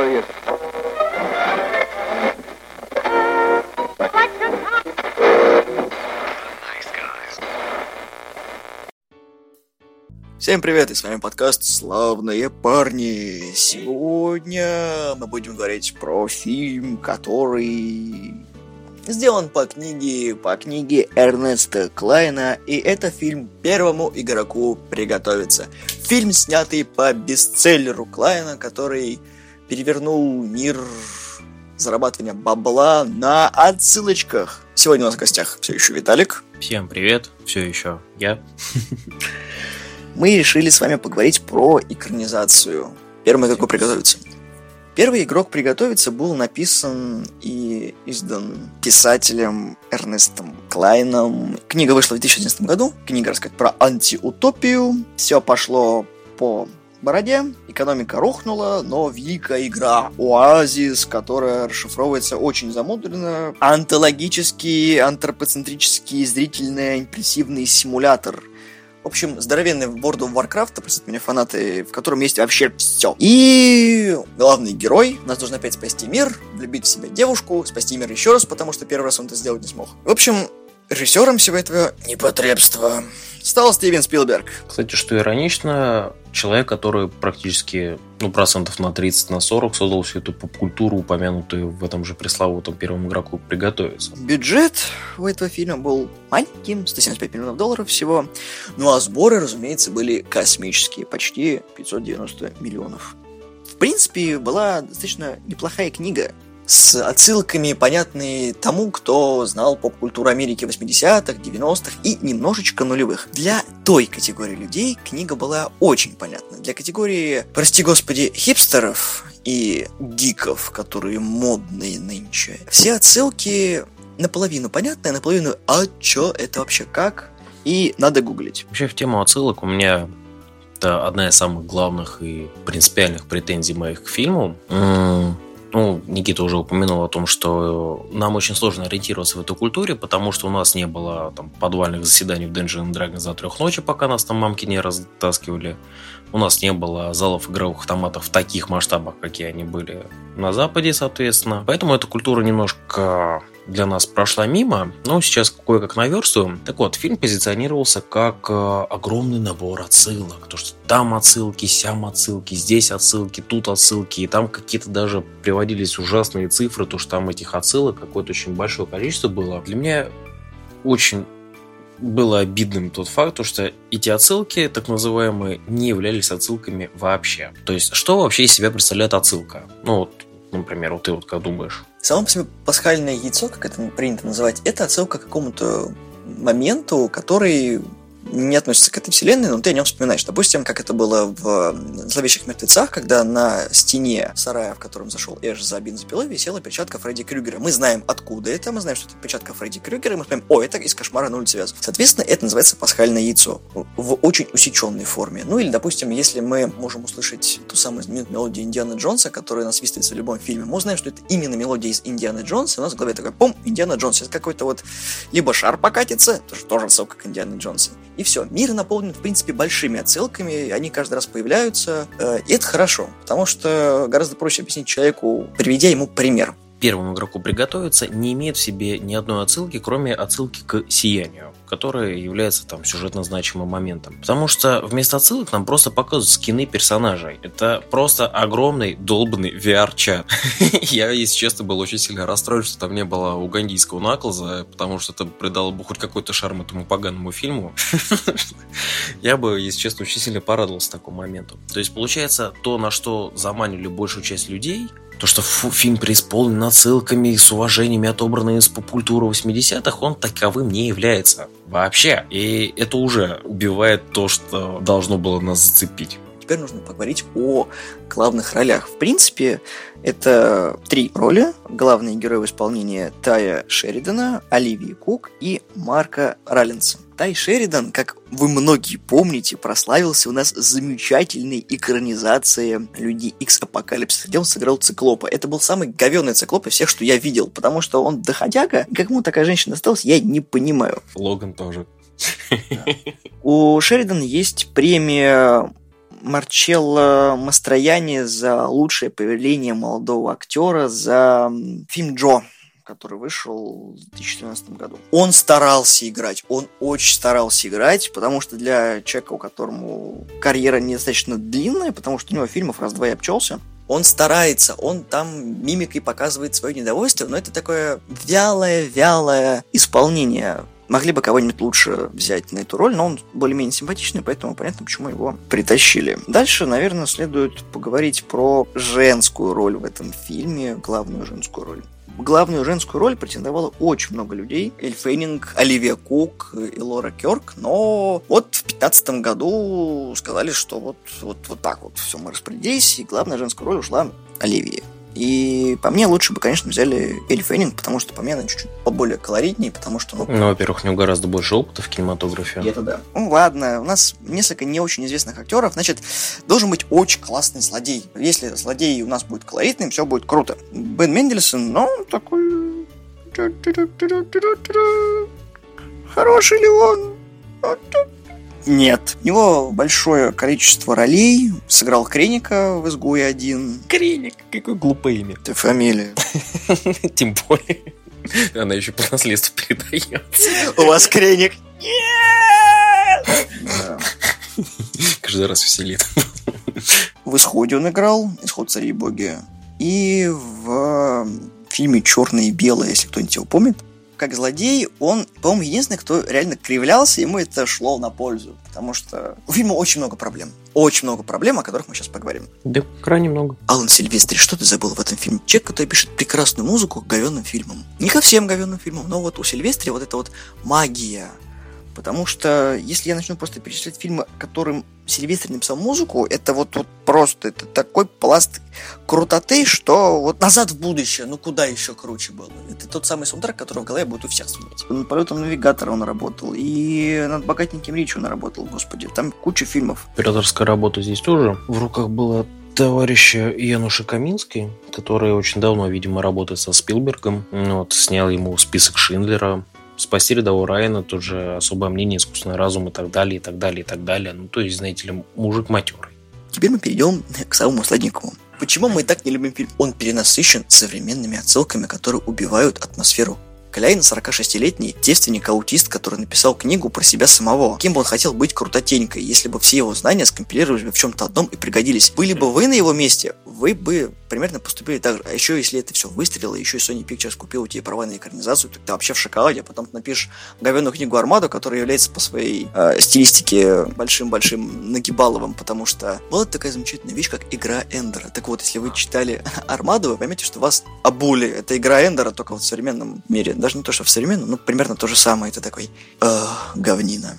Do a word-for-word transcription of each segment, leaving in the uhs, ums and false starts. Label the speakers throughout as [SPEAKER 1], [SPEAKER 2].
[SPEAKER 1] serious.
[SPEAKER 2] Всем привет, и с вами подкаст «Славные парни». Сегодня мы будем говорить про фильм, который сделан по книге, по книге Эрнеста Клайна, и это фильм «Первому игроку приготовиться». Фильм, снятый по бестселлеру Клайна, который перевернул мир зарабатывания бабла на отсылочках. Сегодня у нас в гостях все еще Виталик.
[SPEAKER 3] Всем привет, все еще я.
[SPEAKER 2] Мы решили с вами поговорить про экранизацию «Первому игроку приготовиться». «Первый игрок приготовиться» был написан и издан писателем Эрнестом Клайном. Книга вышла в две тысячи одиннадцатом году. Книга рассказывает про антиутопию. Все пошло по бороде, экономика рухнула, но великая игра «Оазис», которая расшифровывается очень замудренно, антологический, антропоцентрический, зрительно-импрессивный симулятор. В общем, здоровенный World of Warcraft, простите меня, фанаты, в котором есть вообще все. И главный герой нас должен опять спасти мир, влюбить в себя девушку, спасти мир еще раз, потому что первый раз он это сделать не смог. В общем, режиссером всего этого непотребства стал Стивен Спилберг.
[SPEAKER 3] Кстати, что иронично, человек, который практически, ну, процентов на тридцать, на сорок создал всю эту поп-культуру, упомянутую в этом же пресловутом «Первому игроку приготовиться».
[SPEAKER 2] Бюджет у этого фильма был маленьким, сто семьдесят пять миллионов долларов всего. Ну а сборы, разумеется, были космические, почти пятьсот девяносто миллионов. В принципе, была достаточно неплохая книга, с отсылками, понятные тому, кто знал поп-культуру Америки восьмидесятых, девяностых и немножечко нулевых. Для той категории людей книга была очень понятна. Для категории, прости господи, хипстеров и гиков, которые модные нынче, все отсылки наполовину понятны, а наполовину «а чё, это вообще как?» И надо гуглить.
[SPEAKER 3] Вообще, в тему отсылок у меня это одна из самых главных и принципиальных претензий моих к фильму. М- Ну, Никита уже упомянул о том, что нам очень сложно ориентироваться в этой культуре, потому что у нас не было там подвальных заседаний в Dungeons and Dragons за трех ночи, пока нас там мамки не растаскивали. У нас не было залов игровых автоматов в таких масштабах, какие они были на Западе, соответственно. Поэтому эта культура немножко для нас прошла мимо, но сейчас кое-как наверстываем. Так вот, фильм позиционировался как огромный набор отсылок. То, что там отсылки, сям отсылки, здесь отсылки, тут отсылки. И там какие-то даже приводились ужасные цифры, то, что там этих отсылок какое-то очень большое количество было. Для меня очень было обидным тот факт, что эти отсылки, так называемые, не являлись отсылками вообще. То есть, что вообще из себя представляет отсылка? Ну вот, например, вот ты вот как думаешь?
[SPEAKER 2] Само по себе пасхальное яйцо, как это принято называть, это отсылка к какому-то моменту, который не относится к этой вселенной, но ты о нем вспоминаешь. Допустим, как это было в «Зловещих мертвецах», когда на стене сарая, в котором зашел Эш за бензопилой, висела перчатка Фредди Крюгера. Мы знаем, откуда это, мы знаем, что это перчатка Фредди Крюгера, и мы вспоминаем, о, это из «Кошмара на улице Вязов». Соответственно, это называется пасхальное яйцо в очень усеченной форме. Ну или, допустим, если мы можем услышать ту самую знаменитую мелодию Индианы Джонса, которая насвистывается в любом фильме, мы узнаем, что это именно мелодия из Индианы Джонса, и у нас в голове такой, пом, Индиана Джонс. Это какой-то вот либо шар покатится, тоже, тоже отсылка к Индиане Джонсу. И все. Мир наполнен, в принципе, большими отсылками, они каждый раз появляются, и это хорошо, потому что гораздо проще объяснить человеку, приведя ему пример.
[SPEAKER 3] Первому игроку приготовиться не имеет в себе ни одной отсылки, кроме отсылки к «Сиянию», которая является там сюжетно значимым моментом. Потому что вместо отсылок нам просто показывают скины персонажей. Это просто огромный долбанный ви ар-чат. Я, если честно, был очень сильно расстроен, что там не было угандийского наклза, потому что это придало бы хоть какой-то шарм этому поганому фильму. Я бы, если честно, очень сильно порадовался такому моменту. То есть, получается, то, на что заманили большую часть людей, то, что фу, фильм преисполнен отсылками, с уважениями, отобранными из поп-культуры восьмидесятых, он таковым не является вообще. И это уже убивает то, что должно было нас зацепить.
[SPEAKER 2] Теперь нужно поговорить о главных ролях. В принципе, это три роли. Главные герои в исполнении Тая Шеридана, Оливии Кук и Марка Раллинса. Тай Шеридан, как вы многие помните, прославился у нас замечательной экранизацией Люди Икс Апокалипсис, где он сыграл Циклопа. Это был самый говёный Циклоп из всех, что я видел, потому что он доходяга, и как ему такая женщина досталась, я не понимаю.
[SPEAKER 3] Логан тоже.
[SPEAKER 2] У Шеридана есть премия Марчелло Мастроянни за лучшее появление молодого актера за фильм «Джо», который вышел в две тысячи четырнадцатом году. Он старался играть, он очень старался играть, потому что для человека, у которого карьера недостаточно длинная, потому что у него фильмов раз-два и обчелся, он старается, он там мимикой показывает свое недовольствие, но это такое вялое-вялое исполнение. Могли бы кого-нибудь лучше взять на эту роль, но он более-менее симпатичный, поэтому понятно, почему его притащили. Дальше, наверное, следует поговорить про женскую роль в этом фильме, главную женскую роль. Главную женскую роль претендовало очень много людей. Эль Феннинг, Оливия Кук и Лора Кёрк. Но вот в пятнадцатом году сказали, что вот, вот, вот так вот все мы распределились, и главная женская роль ушла Оливии. И по мне лучше бы, конечно, взяли Эль Феннинг, потому что по мне она чуть-чуть поболее колоритнее, потому что... Ну,
[SPEAKER 3] ну во-первых, у него гораздо больше опыта в кинематографе.
[SPEAKER 2] Это да. Ну ладно, у нас несколько не очень известных актеров, значит, должен быть очень классный злодей. Если злодей у нас будет колоритным, все будет круто. Бен Мендельсон, ну, такой... Хороший ли он? Нет. У него большое количество ролей. Сыграл Креника в «Изгое один».
[SPEAKER 3] Креник, какое глупое имя.
[SPEAKER 2] Это фамилия.
[SPEAKER 3] Тем более. Она еще по наследству передается.
[SPEAKER 2] У вас Креник? Нет!
[SPEAKER 3] Каждый раз веселит.
[SPEAKER 2] В «Исходе» он играл. «Исход царей и боги». И в фильме «Черное и белое», если кто-нибудь его помнит. Как злодей, он, по-моему, единственный, кто реально кривлялся, ему это шло на пользу. Потому что у фильма очень много проблем. Очень много проблем, о которых мы сейчас поговорим.
[SPEAKER 3] Да, крайне много.
[SPEAKER 2] Алан Сильвестри, что ты забыл в этом фильме? Человек, который пишет прекрасную музыку к говенным фильмам. Не ко всем говенным фильмам, но вот у Сильвестри вот эта вот магия. Потому что если я начну просто перечислять фильмы, которым Сильвестри написал музыку, это вот, вот просто это такой пласт крутоты, что вот «Назад в будущее», ну куда еще круче было. Это тот самый саундтрек, который в голове будет у всех звенеть. Над «Полетом навигатора» он работал, и над «Богатеньким Ричи» он работал, господи, там куча фильмов.
[SPEAKER 3] Операторская работа здесь тоже в руках была товарища Януша Камински, который очень давно, видимо, работает со Спилбергом. Вот, снял ему «Список Шиндлера», «Спасти рядового Райана», тут же «Особое мнение», «Искусственный разум» и так далее, и так далее, и так далее. Ну, то есть, знаете ли, мужик матерый.
[SPEAKER 2] Теперь мы перейдем к самому сладенькому. Почему мы так не любим фильм? Он перенасыщен современными отсылками, которые убивают атмосферу. Кляйн, сорокашестилетний девственник-аутист, который написал книгу про себя самого. Кем бы он хотел быть крутотенькой, если бы все его знания скомпилировались бы в чем-то одном и пригодились. Были бы вы на его месте, вы бы примерно поступили так же. А еще, если это все выстрелило, еще и Sony Pictures купила тебе права на экранизацию, то ты вообще в шоколаде, а потом ты напишешь говенную книгу «Армаду», которая является по своей э, стилистике большим-большим нагибаловым, потому что была такая замечательная вещь, как игра Эндера. Так вот, если вы читали «Армаду», вы поймете, что вас обули. Это игра Эндера, только вот в современном мире. Даже не то, что в современном, но примерно то же самое. Это такой э, говнина.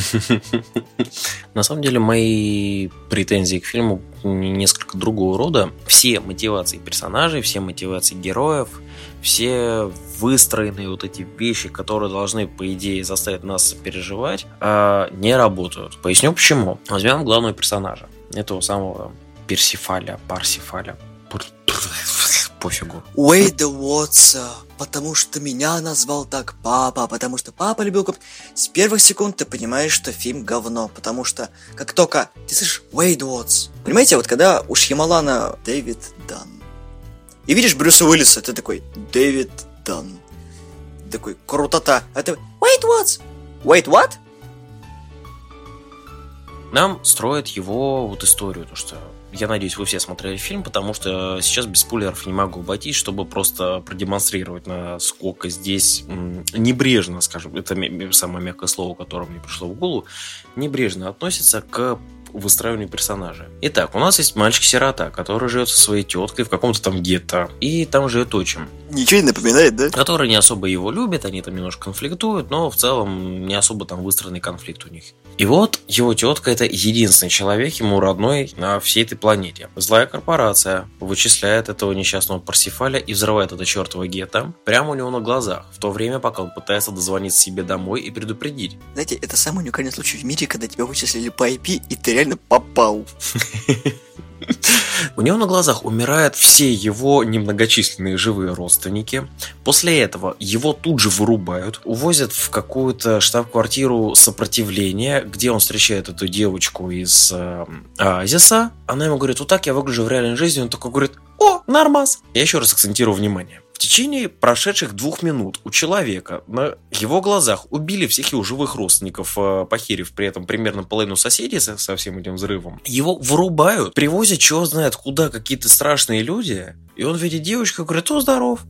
[SPEAKER 3] На самом деле, мои претензии к фильму несколько другого рода. Все мотивации персонажей, все мотивации героев, все выстроенные вот эти вещи, которые должны, по идее, заставить нас переживать, не работают. Поясню почему. Возьмем главного персонажа. Этого самого Персифаля, Парсифаля. Пофигу.
[SPEAKER 2] Уэйда Уотса, потому что меня назвал так папа, потому что папа любил коп... С первых секунд ты понимаешь, что фильм говно, потому что как только ты слышишь Уэйд Уотс, понимаете, вот когда у Шьямалана Дэвид Дан, и видишь Брюса Уиллиса, ты такой Дэвид Дан, такой крутота, а ты Уэйд Уотс, Уэйд what?
[SPEAKER 3] Нам строят его вот историю, то что я надеюсь, вы все смотрели фильм, потому что сейчас без спойлеров не могу обойтись, чтобы просто продемонстрировать, насколько здесь небрежно, скажем, это самое мягкое слово, которое мне пришло в голову, небрежно относится к выстраиванию персонажа. Итак, у нас есть мальчик-сирота, который живет со своей теткой в каком-то там гетто, и там живет отчим.
[SPEAKER 2] Ничего не напоминает, да?
[SPEAKER 3] Который не особо его любит, они там немножко конфликтуют, но в целом не особо там выстроенный конфликт у них. И вот его тетка — это единственный человек, ему родной на всей этой планете. Злая корпорация вычисляет этого несчастного Парсифаля и взрывает это чертово гетто прямо у него на глазах, в то время, пока он пытается дозвониться себе домой и предупредить.
[SPEAKER 2] Знаете, это самый уникальный случай в мире, когда тебя вычислили по ай пи, и ты реально попал.
[SPEAKER 3] У него на глазах умирают все его немногочисленные живые родственники. После этого его тут же вырубают, увозят в какую-то штаб-квартиру сопротивления, где он встречает эту девочку из э, Оазиса. Она ему говорит: вот так я выгляжу в реальной жизни. Он такой говорит: о, нормас. Я еще раз акцентирую внимание. В течение прошедших двух минут у человека на его глазах убили всех его живых родственников, похерив при этом примерно половину соседей со, со всем этим взрывом. Его вырубают, привозят, чего знает куда, какие-то страшные люди, и он видит девочку и говорит: о, здоров.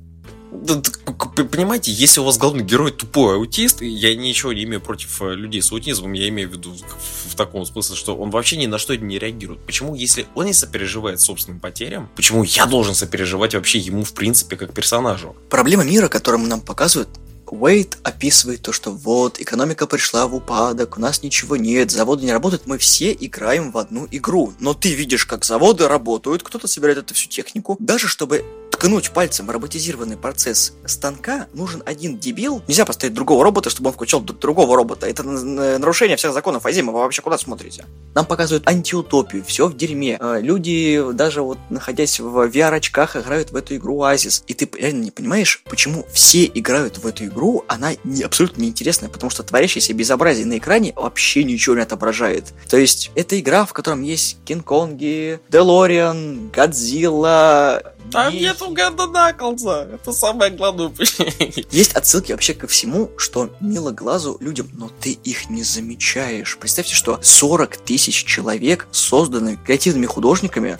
[SPEAKER 3] Понимаете, если у вас главный герой тупой аутист, я ничего не имею против людей с аутизмом, я имею в виду в таком смысле, что он вообще ни на что не реагирует. Почему, если он не сопереживает собственным потерям, почему я должен сопереживать вообще ему в принципе как персонажу?
[SPEAKER 2] Проблема мира, которую нам показывают, Уэйд описывает то, что вот, экономика пришла в упадок, у нас ничего нет, заводы не работают, мы все играем в одну игру. Но ты видишь, как заводы работают, кто-то собирает эту всю технику. Даже чтобы ткнуть пальцем в роботизированный процесс станка, нужен один дебил. Нельзя поставить другого робота, чтобы он включал другого робота. Это нарушение всех законов Азима. Вы вообще куда смотрите? Нам показывают антиутопию, все в дерьме. Люди, даже вот находясь в ви ар-очках, играют в эту игру Оазис. И ты реально не понимаешь, почему все играют в эту игру. Она не, абсолютно неинтересная, потому что творящееся безобразие на экране вообще ничего не отображает. То есть, это игра, в котором есть Кинг-Конги, Делориан, Годзилла.
[SPEAKER 3] Там и... нету Гэнда Наклза. Это самое главное.
[SPEAKER 2] Есть отсылки вообще ко всему, что мило глазу людям, но ты их не замечаешь. Представьте, что сорок тысяч человек, созданы креативными художниками,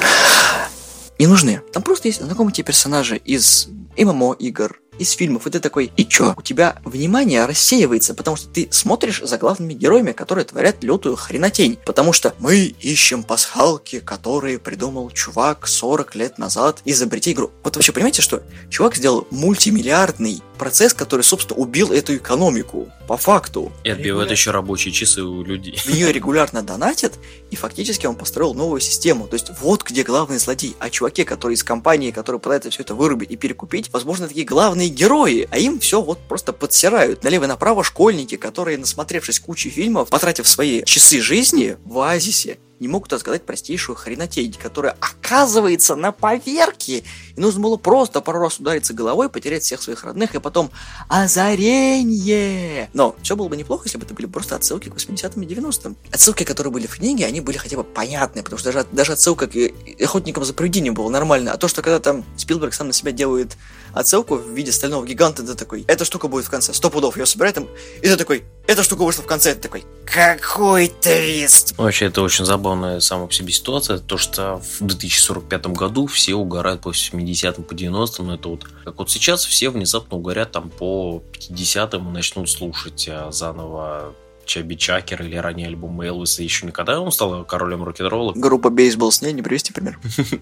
[SPEAKER 2] не нужны. Там просто есть знакомые тебе персонажи из эм эм о-игр, из фильмов, и ты такой: и чё? У тебя внимание рассеивается, потому что ты смотришь за главными героями, которые творят лютую хренотень. Потому что мы ищем пасхалки, которые придумал чувак сорок лет назад, изобрети игру. Вот вообще понимаете, что чувак сделал мультимиллиардный процесс, который, собственно, убил эту экономику. По факту.
[SPEAKER 3] И отбивает еще рабочие часы у людей.
[SPEAKER 2] В нее регулярно донатят, и фактически он построил новую систему. То есть вот где главный злодей. А чуваки, которые из компании, которые пытаются все это вырубить и перекупить, возможно, такие главные герои, а им все вот просто подсирают. Налево и направо школьники, которые, насмотревшись кучу фильмов, потратив свои часы жизни в Оазисе, не могут разгадать простейшую хренотень, которая оказывается на поверке. И нужно было просто пару раз удариться головой, потерять всех своих родных, и потом озарение. Но все было бы неплохо, если бы это были просто отсылки к восьмидесятым и девяностым. Отсылки, которые были в книге, они были хотя бы понятны, потому что даже, даже отсылка к «Охотникам за привидением» была нормальная. А то, что когда там Спилберг сам на себя делает отсылку в виде стального гиганта, ты такой: эта штука будет в конце, сто пудов ее собирает, и ты такой: эта штука вышла в конце, ты такой: какой твист!
[SPEAKER 3] Вообще, это очень забавная сама по себе ситуация, то, что в две тысячи сорок пятом году все угорают по восьмидесятым, по девяностым, но это вот как вот сейчас все внезапно угорят там по пятидесятым и начнут слушать заново Чаби Чакер или ранее альбом Элвиса. Еще никогда он стал королем рок-н-ролла.
[SPEAKER 2] Группа Бейсбол с ней, не привести пример.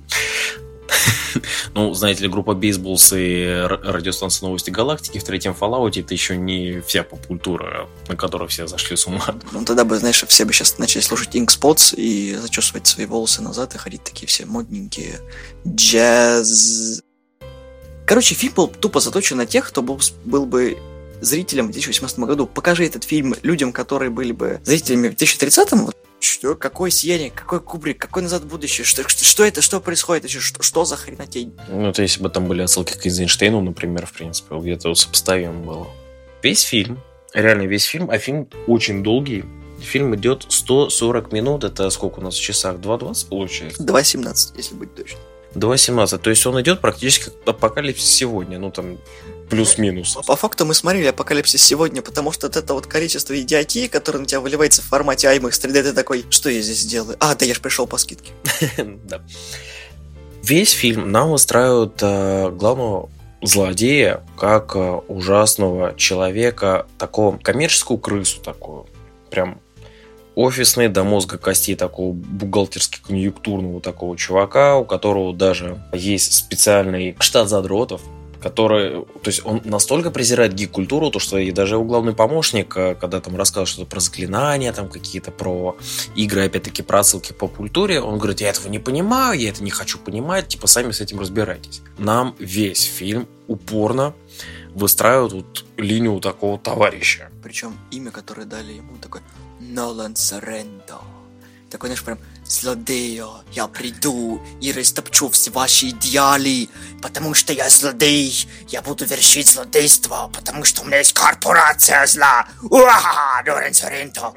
[SPEAKER 3] Ну, знаете ли, группа Бейсболс и радиостанция Новости Галактики в третьем Fallout — это еще не вся поп-культура, на которую все зашли с ума.
[SPEAKER 2] Ну, тогда бы, знаешь, все бы сейчас начали слушать Ink Spots и зачесывать свои волосы назад и ходить такие все модненькие. Джаз. Короче, фильм был тупо заточен на тех, кто был, был бы зрителем в две тысячи восемнадцатом году. Покажи этот фильм людям, которые были бы зрителями в две тысячи тридцатом. Что? Какое сияние? Какой Кубрик? Какой назад в будущее? Что, что, что это? Что происходит? Что, что за хренотень?
[SPEAKER 3] Ну, это если бы там были отсылки к Эйзенштейну, например, в принципе, где-то вот сопоставимо было. Весь фильм, реально весь фильм, а фильм очень долгий. Фильм идет сто сорок минут, это сколько у нас в часах? два двадцать получается?
[SPEAKER 2] два семнадцать, если быть точно.
[SPEAKER 3] два семнадцать, то есть он идет практически как апокалипсис сегодня, ну там плюс-минус.
[SPEAKER 2] По факту мы смотрели «Апокалипсис сегодня», потому что вот это вот количество идиотии, которое на тебя выливается в формате IMAX три дэ, ты такой: что я здесь делаю? А, да я ж пришел по скидке.
[SPEAKER 3] Да. Весь фильм нам выстраивают э, главного злодея как э, ужасного человека, такого коммерческую крысу такую, прям офисный до мозга костей, такого бухгалтерски конъюнктурного такого чувака, у которого даже есть специальный штат задротов, который, то есть он настолько презирает гик-культуру, то что и даже его главный помощник, когда там рассказывал что-то про заклинания, там какие-то про игры, опять-таки про отсылки по культуре, он говорит: я этого не понимаю, я это не хочу понимать, типа сами с этим разбирайтесь. Нам весь фильм упорно выстраивают вот линию такого товарища.
[SPEAKER 2] Причем имя, которое дали ему, такое Нолан Соренто. Такой, знаешь, прям, злодея, я приду и растопчу все ваши идеалы, потому что я злодей, я буду вершить злодейство, потому что у меня есть корпорация зла. Уа-ха-ха, Лоренцо Ренто.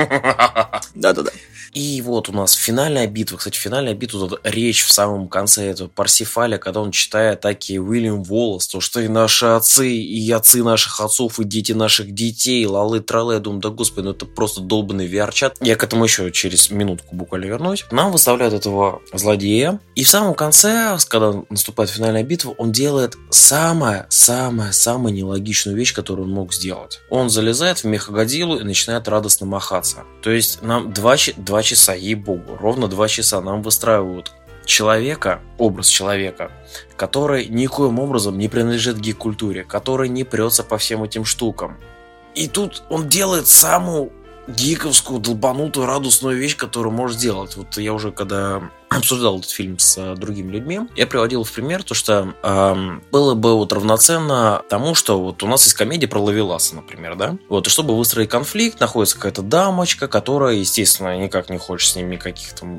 [SPEAKER 2] Да-да-да.
[SPEAKER 3] И вот у нас финальная битва. Кстати, финальная битва, тут речь в самом конце этого Парсифаля, когда он читает такие Уильям Воллес, то, что и наши отцы, и отцы наших отцов, и дети наших детей, лалы-тралы. Я думаю, да господи, ну это просто долбанный ви ар-чат. Я к этому еще через минутку буквально вернусь. Нам выставляют этого злодея. И в самом конце, когда наступает финальная битва, он делает самое-самое-самое нелогичную вещь, которую он мог сделать. Он залезает в Мехагодзиллу и начинает радостно махаться. То есть нам два, два часа, ей-богу, ровно два часа нам выстраивают человека, образ человека, который никоим образом не принадлежит гик-культуре, который не прется по всем этим штукам. И тут он делает самую гиковскую, долбанутую, радостную вещь, которую может сделать. Вот я уже когда обсуждал этот фильм с а, другими людьми, я приводил в пример то, что э, было бы вот равноценно тому, что вот у нас есть комедия про Ловеласа, например, да? Вот, и чтобы выстроить конфликт, находится какая-то дамочка, которая, естественно, никак не хочет с ним никаких там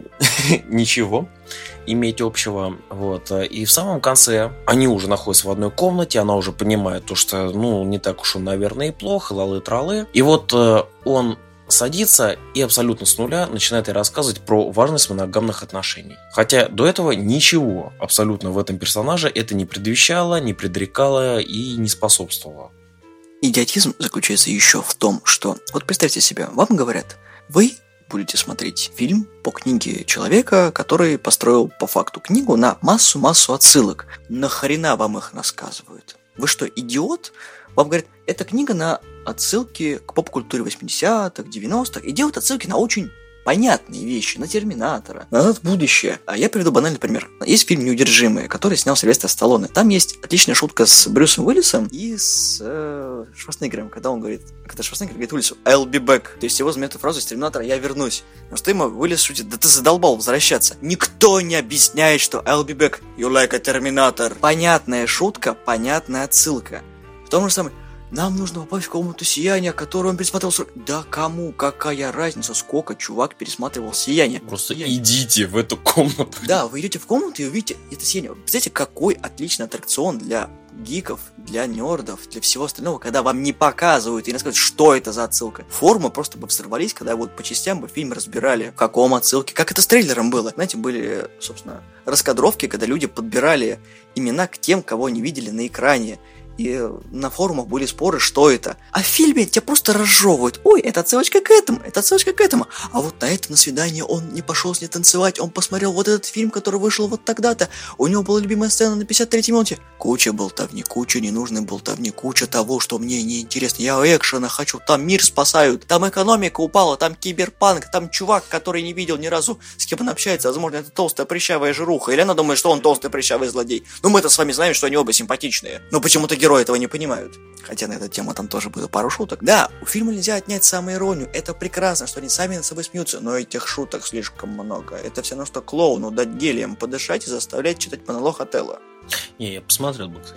[SPEAKER 3] ничего иметь общего, вот, и в самом конце они уже находятся в одной комнате, она уже понимает то, что, ну, не так уж он, наверное, и плохо, лалы-тралы, и вот э, он садится и абсолютно с нуля начинает ей рассказывать про важность моногамных отношений. Хотя до этого ничего абсолютно в этом персонаже это не предвещало, не предрекало и не способствовало.
[SPEAKER 2] Идиотизм заключается еще в том, что, вот представьте себе, вам говорят, вы будете смотреть фильм по книге человека, который построил по факту книгу на массу-массу отсылок. Нахрена вам их рассказывают? Вы что, идиот? Вам говорят, эта книга на отсылки к поп-культуре восьмидесятых, девяностых и делают отсылки на очень понятные вещи, на Терминатора, назад в будущее. А я приведу банальный пример. Есть фильм «Неудержимые», который снял Сильвестр Сталлоне. Там есть отличная шутка с Брюсом Уиллисом и с э, Шварценеггером, когда он говорит, когда Шварценеггер говорит Уиллису «I'll be back». То есть его знаменитую фразу из Терминатора «Я вернусь». Но что ему Уиллис шутит, да ты задолбал возвращаться. Никто не объясняет, что «I'll be back». You like a Terminator. Понятная шутка, понятная отсылка. В том же самом нам нужно попасть в комнату сияния, которую он пересматривал сорок... Да кому какая разница, сколько чувак пересматривал сияние?
[SPEAKER 3] Просто
[SPEAKER 2] сияние.
[SPEAKER 3] Идите в эту комнату.
[SPEAKER 2] Да, вы идете в комнату и увидите это сияние. Представляете, какой отличный аттракцион для гиков, для нердов, для всего остального, когда вам не показывают и не рассказывают, что это за отсылка. Формы просто бы взорвались, когда вот по частям бы фильм разбирали, в каком отсылке, как это с трейлером было. Знаете, были, собственно, раскадровки, когда люди подбирали имена к тем, кого не видели на экране. И на форумах были споры, что это. А в фильме тебя просто разжевывают. Ой, это отсылочка к этому, это отсылочка к этому. А вот на это на свидание он не пошел с ней танцевать. Он посмотрел вот этот фильм, который вышел вот тогда-то. У него была любимая сцена на пятьдесят третьей минуте. Куча болтовни, куча ненужной болтовни, куча того, что мне не интересно. Я экшена хочу, там мир спасают, там экономика упала, там киберпанк, там чувак, который не видел ни разу, с кем он общается. Возможно, это толстая прыщавая жируха. Или она думает, что он толстый прыщавый злодей. Ну мы-то с вами знаем, что они оба симпатичные. Но почему-то герои этого не понимают. Хотя на эту тему там тоже было пару шуток. Да, у фильма нельзя отнять самоиронию. Это прекрасно, что они сами над собой смеются, но этих шуток слишком много. Это все равно, что клоуну дать гелием подышать и заставлять читать монолог Отелло.
[SPEAKER 3] Не, я посмотрел бы,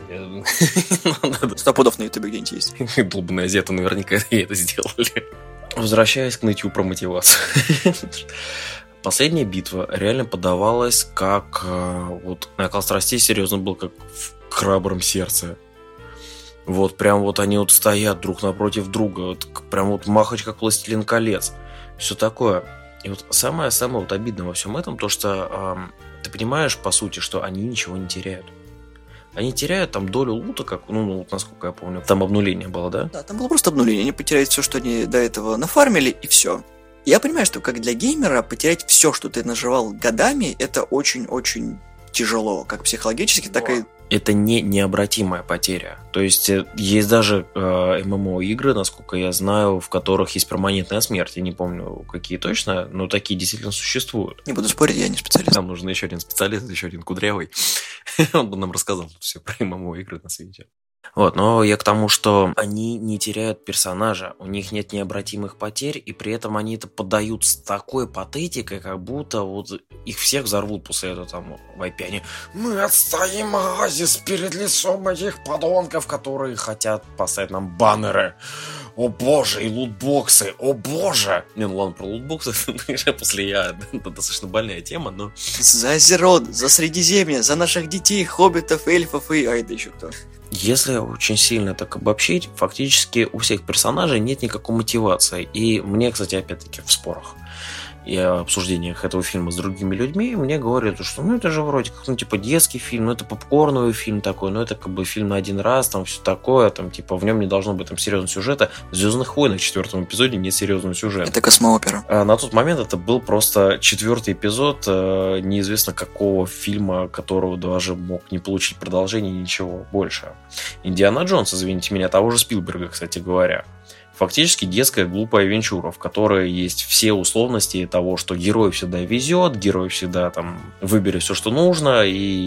[SPEAKER 3] кстати.
[SPEAKER 2] Сто пудов на ютубе где-нибудь есть.
[SPEAKER 3] Долбаные азиаты наверняка это сделали. Возвращаясь к нытью про мотивацию. Последняя битва реально подавалась как... Вот накал страстей серьезно был как в храбром сердце. Вот прям вот они вот стоят друг напротив друга. Вот прям вот махач как Властелин колец. Все такое. И вот самое-самое вот обидное во всем этом, то что эм, ты понимаешь, по сути, что они ничего не теряют. Они теряют там долю лута, как, ну, ну, насколько я помню, там обнуление было, да?
[SPEAKER 2] Да, там было просто обнуление. Они потеряют все, что они до этого нафармили, и все. Я понимаю, что как для геймера потерять все, что ты наживал годами, это очень-очень тяжело, как психологически, так и...
[SPEAKER 3] Это не необратимая потеря. То есть есть даже э, эм эм о-игры, насколько я знаю, в которых есть перманентная смерть. Я не помню, какие точно, но такие действительно существуют.
[SPEAKER 2] Не буду спорить, я не специалист.
[SPEAKER 3] Нам нужен еще один специалист, еще один кудрявый. Он бы нам рассказал все про эм эм о-игры на свете. Вот, но я к тому, что они не теряют персонажа, у них нет необратимых потерь, и при этом они это подают с такой патетикой, как будто вот их всех взорвут после этого там вайпяния. Мы отстоим оазис перед лицом этих подонков, которые хотят поставить нам баннеры. о боже, и лутбоксы, о боже. Не, ну ладно, про лутбоксы после я, это достаточно больная тема, но...
[SPEAKER 2] За Азерот, за Средиземье, за наших детей, хоббитов, эльфов и... Ай, да еще кто.
[SPEAKER 3] Если очень сильно так обобщить, фактически у всех персонажей нет никакой мотивации. И мне, кстати, опять-таки в спорах и обсуждениях этого фильма с другими людьми, мне говорят, что ну это же вроде как, ну типа детский фильм, ну это попкорновый фильм такой, ну это как бы фильм на один раз, там все такое, там типа в нем не должно быть там серьезного сюжета. В «Звездных войнах» в четвертом эпизоде нет серьезного сюжета.
[SPEAKER 2] Это космоопера.
[SPEAKER 3] А на тот момент это был просто четвертый эпизод э, неизвестно какого фильма, которого даже мог не получить продолжение, ничего больше. «Индиана Джонс», извините меня, того же Спилберга, кстати говоря. Фактически детская глупая авенчура, в которой есть все условности того, что герой всегда везет, герой всегда там выберет все, что нужно,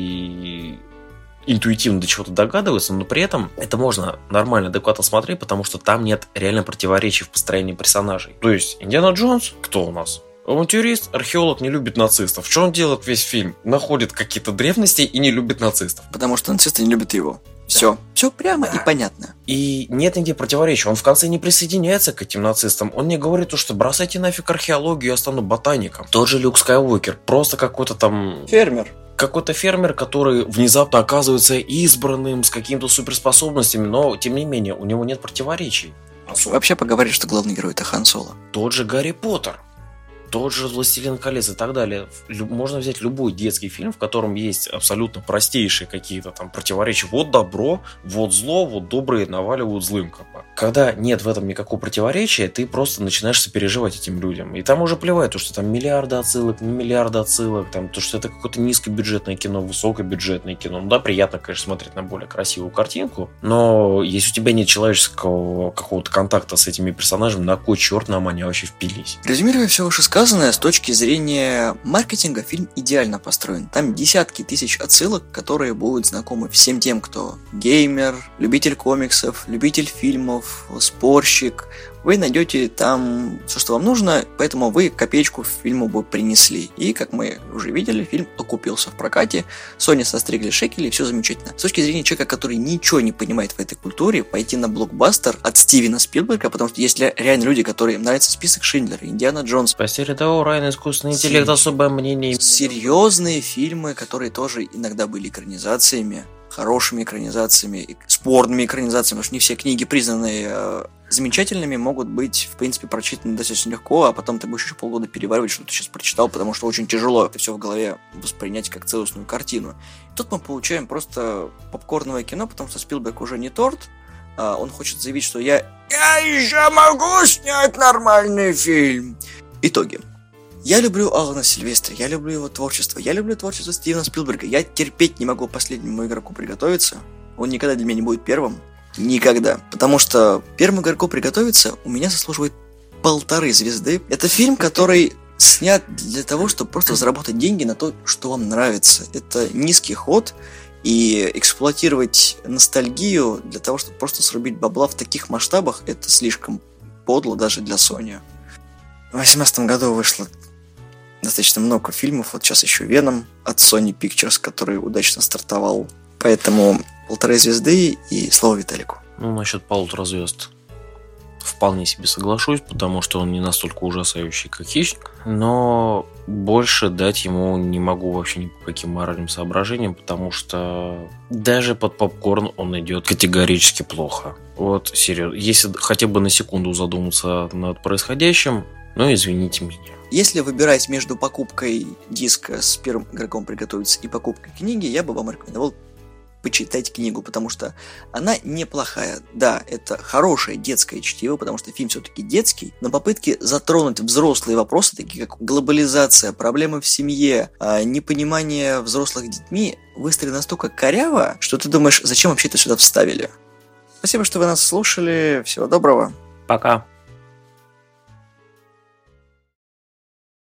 [SPEAKER 3] и интуитивно до чего-то догадывается, но при этом это можно нормально, адекватно смотреть, потому что там нет реально противоречий в построении персонажей. То есть Индиана Джонс, кто у нас? Авантюрист, археолог, не любит нацистов. Что он делает весь фильм? Находит какие-то древности и не любит нацистов.
[SPEAKER 2] Потому что нацисты не любят его. Все. Да. Все прямо да. и понятно.
[SPEAKER 3] И нет нигде противоречия. Он в конце не присоединяется к этим нацистам. Он не говорит, что бросайте нафиг археологию, я стану ботаником. Тот же Люк Скайуокер. Просто какой-то там...
[SPEAKER 2] Фермер.
[SPEAKER 3] Какой-то фермер, который внезапно оказывается избранным с какими-то суперспособностями, но, тем не менее, у него нет противоречий.
[SPEAKER 2] Вообще поговорили, что главный герой — это Хан Соло.
[SPEAKER 3] Тот же Гарри Поттер. Тот же «Властелин колец» и так далее. Можно взять любой детский фильм, в котором есть абсолютно простейшие какие-то там противоречия. Вот добро, вот зло, вот добрые наваливают злым. Как бы. Когда нет в этом никакого противоречия, ты просто начинаешь сопереживать этим людям. И там уже плевать, то, что там миллиарды отсылок, не миллиарды отсылок, там, то, что это какое-то низкобюджетное кино, высокобюджетное кино. Ну да, приятно, конечно, смотреть на более красивую картинку, но если у тебя нет человеческого какого-то контакта с этими персонажами, на кой черт нам они вообще впились?
[SPEAKER 2] Резюмируя все вышесказанное, с точки зрения маркетинга, фильм идеально построен. Там десятки тысяч отсылок, которые будут знакомы всем тем, кто геймер, любитель комиксов, любитель фильмов, спорщик. Вы найдете там все, что вам нужно, поэтому вы копеечку фильму бы принесли. И, как мы уже видели, фильм окупился в прокате, Sony состригли шекели, все замечательно. С точки зрения человека, который ничего не понимает в этой культуре, пойти на блокбастер от Стивена Спилберга, потому что есть реально люди, которым нравится список Шиндлера, Индиана Джонс.
[SPEAKER 3] Постель того, Райан, искусственный интеллект, Сер... особое мнение.
[SPEAKER 2] Серьезные фильмы, которые тоже иногда были экранизациями, хорошими экранизациями, спорными экранизациями, потому что не все книги, признанные э, замечательными, могут быть, в принципе, прочитаны достаточно легко, а потом ты будешь еще полгода переваривать, что ты сейчас прочитал, потому что очень тяжело это все в голове воспринять как целостную картину. И тут мы получаем просто попкорновое кино, потому что Спилберг уже не торт, а он хочет заявить, что я, я еще могу снять нормальный фильм. Итоги. Я люблю Алана Сильвестра, я люблю его творчество, я люблю творчество Стивена Спилберга. Я терпеть не могу последнему игроку приготовиться. Он никогда для меня не будет первым. Никогда. Потому что первому игроку приготовиться у меня заслуживает полторы звезды. Это фильм, который снят для того, чтобы просто заработать деньги на то, что вам нравится. Это низкий ход, и эксплуатировать ностальгию для того, чтобы просто срубить бабла в таких масштабах, это слишком подло даже для Sony. В две тысячи восемнадцатом году вышло достаточно много фильмов, вот сейчас еще Веном от Sony Pictures, который удачно стартовал. Поэтому полторы звезды и слово Виталику.
[SPEAKER 3] Ну, насчет полутора звезд вполне себе соглашусь, потому что он не настолько ужасающий, как Хищник, но больше дать ему не могу вообще ни по каким моральным соображениям, потому что даже под попкорн он идет категорически плохо. Вот, серьезно, если хотя бы на секунду задуматься над происходящим, ну, извините меня.
[SPEAKER 2] Если выбирать между покупкой диска с первым игроком приготовиться и покупкой книги, я бы вам рекомендовал почитать книгу, потому что она неплохая. Да, это хорошее детское чтиво, потому что фильм все-таки детский, но попытки затронуть взрослые вопросы, такие как глобализация, проблемы в семье, непонимание взрослых детьми, выстроены настолько коряво, что ты думаешь, зачем вообще это сюда вставили? Спасибо, что вы нас слушали. Всего доброго.
[SPEAKER 3] Пока.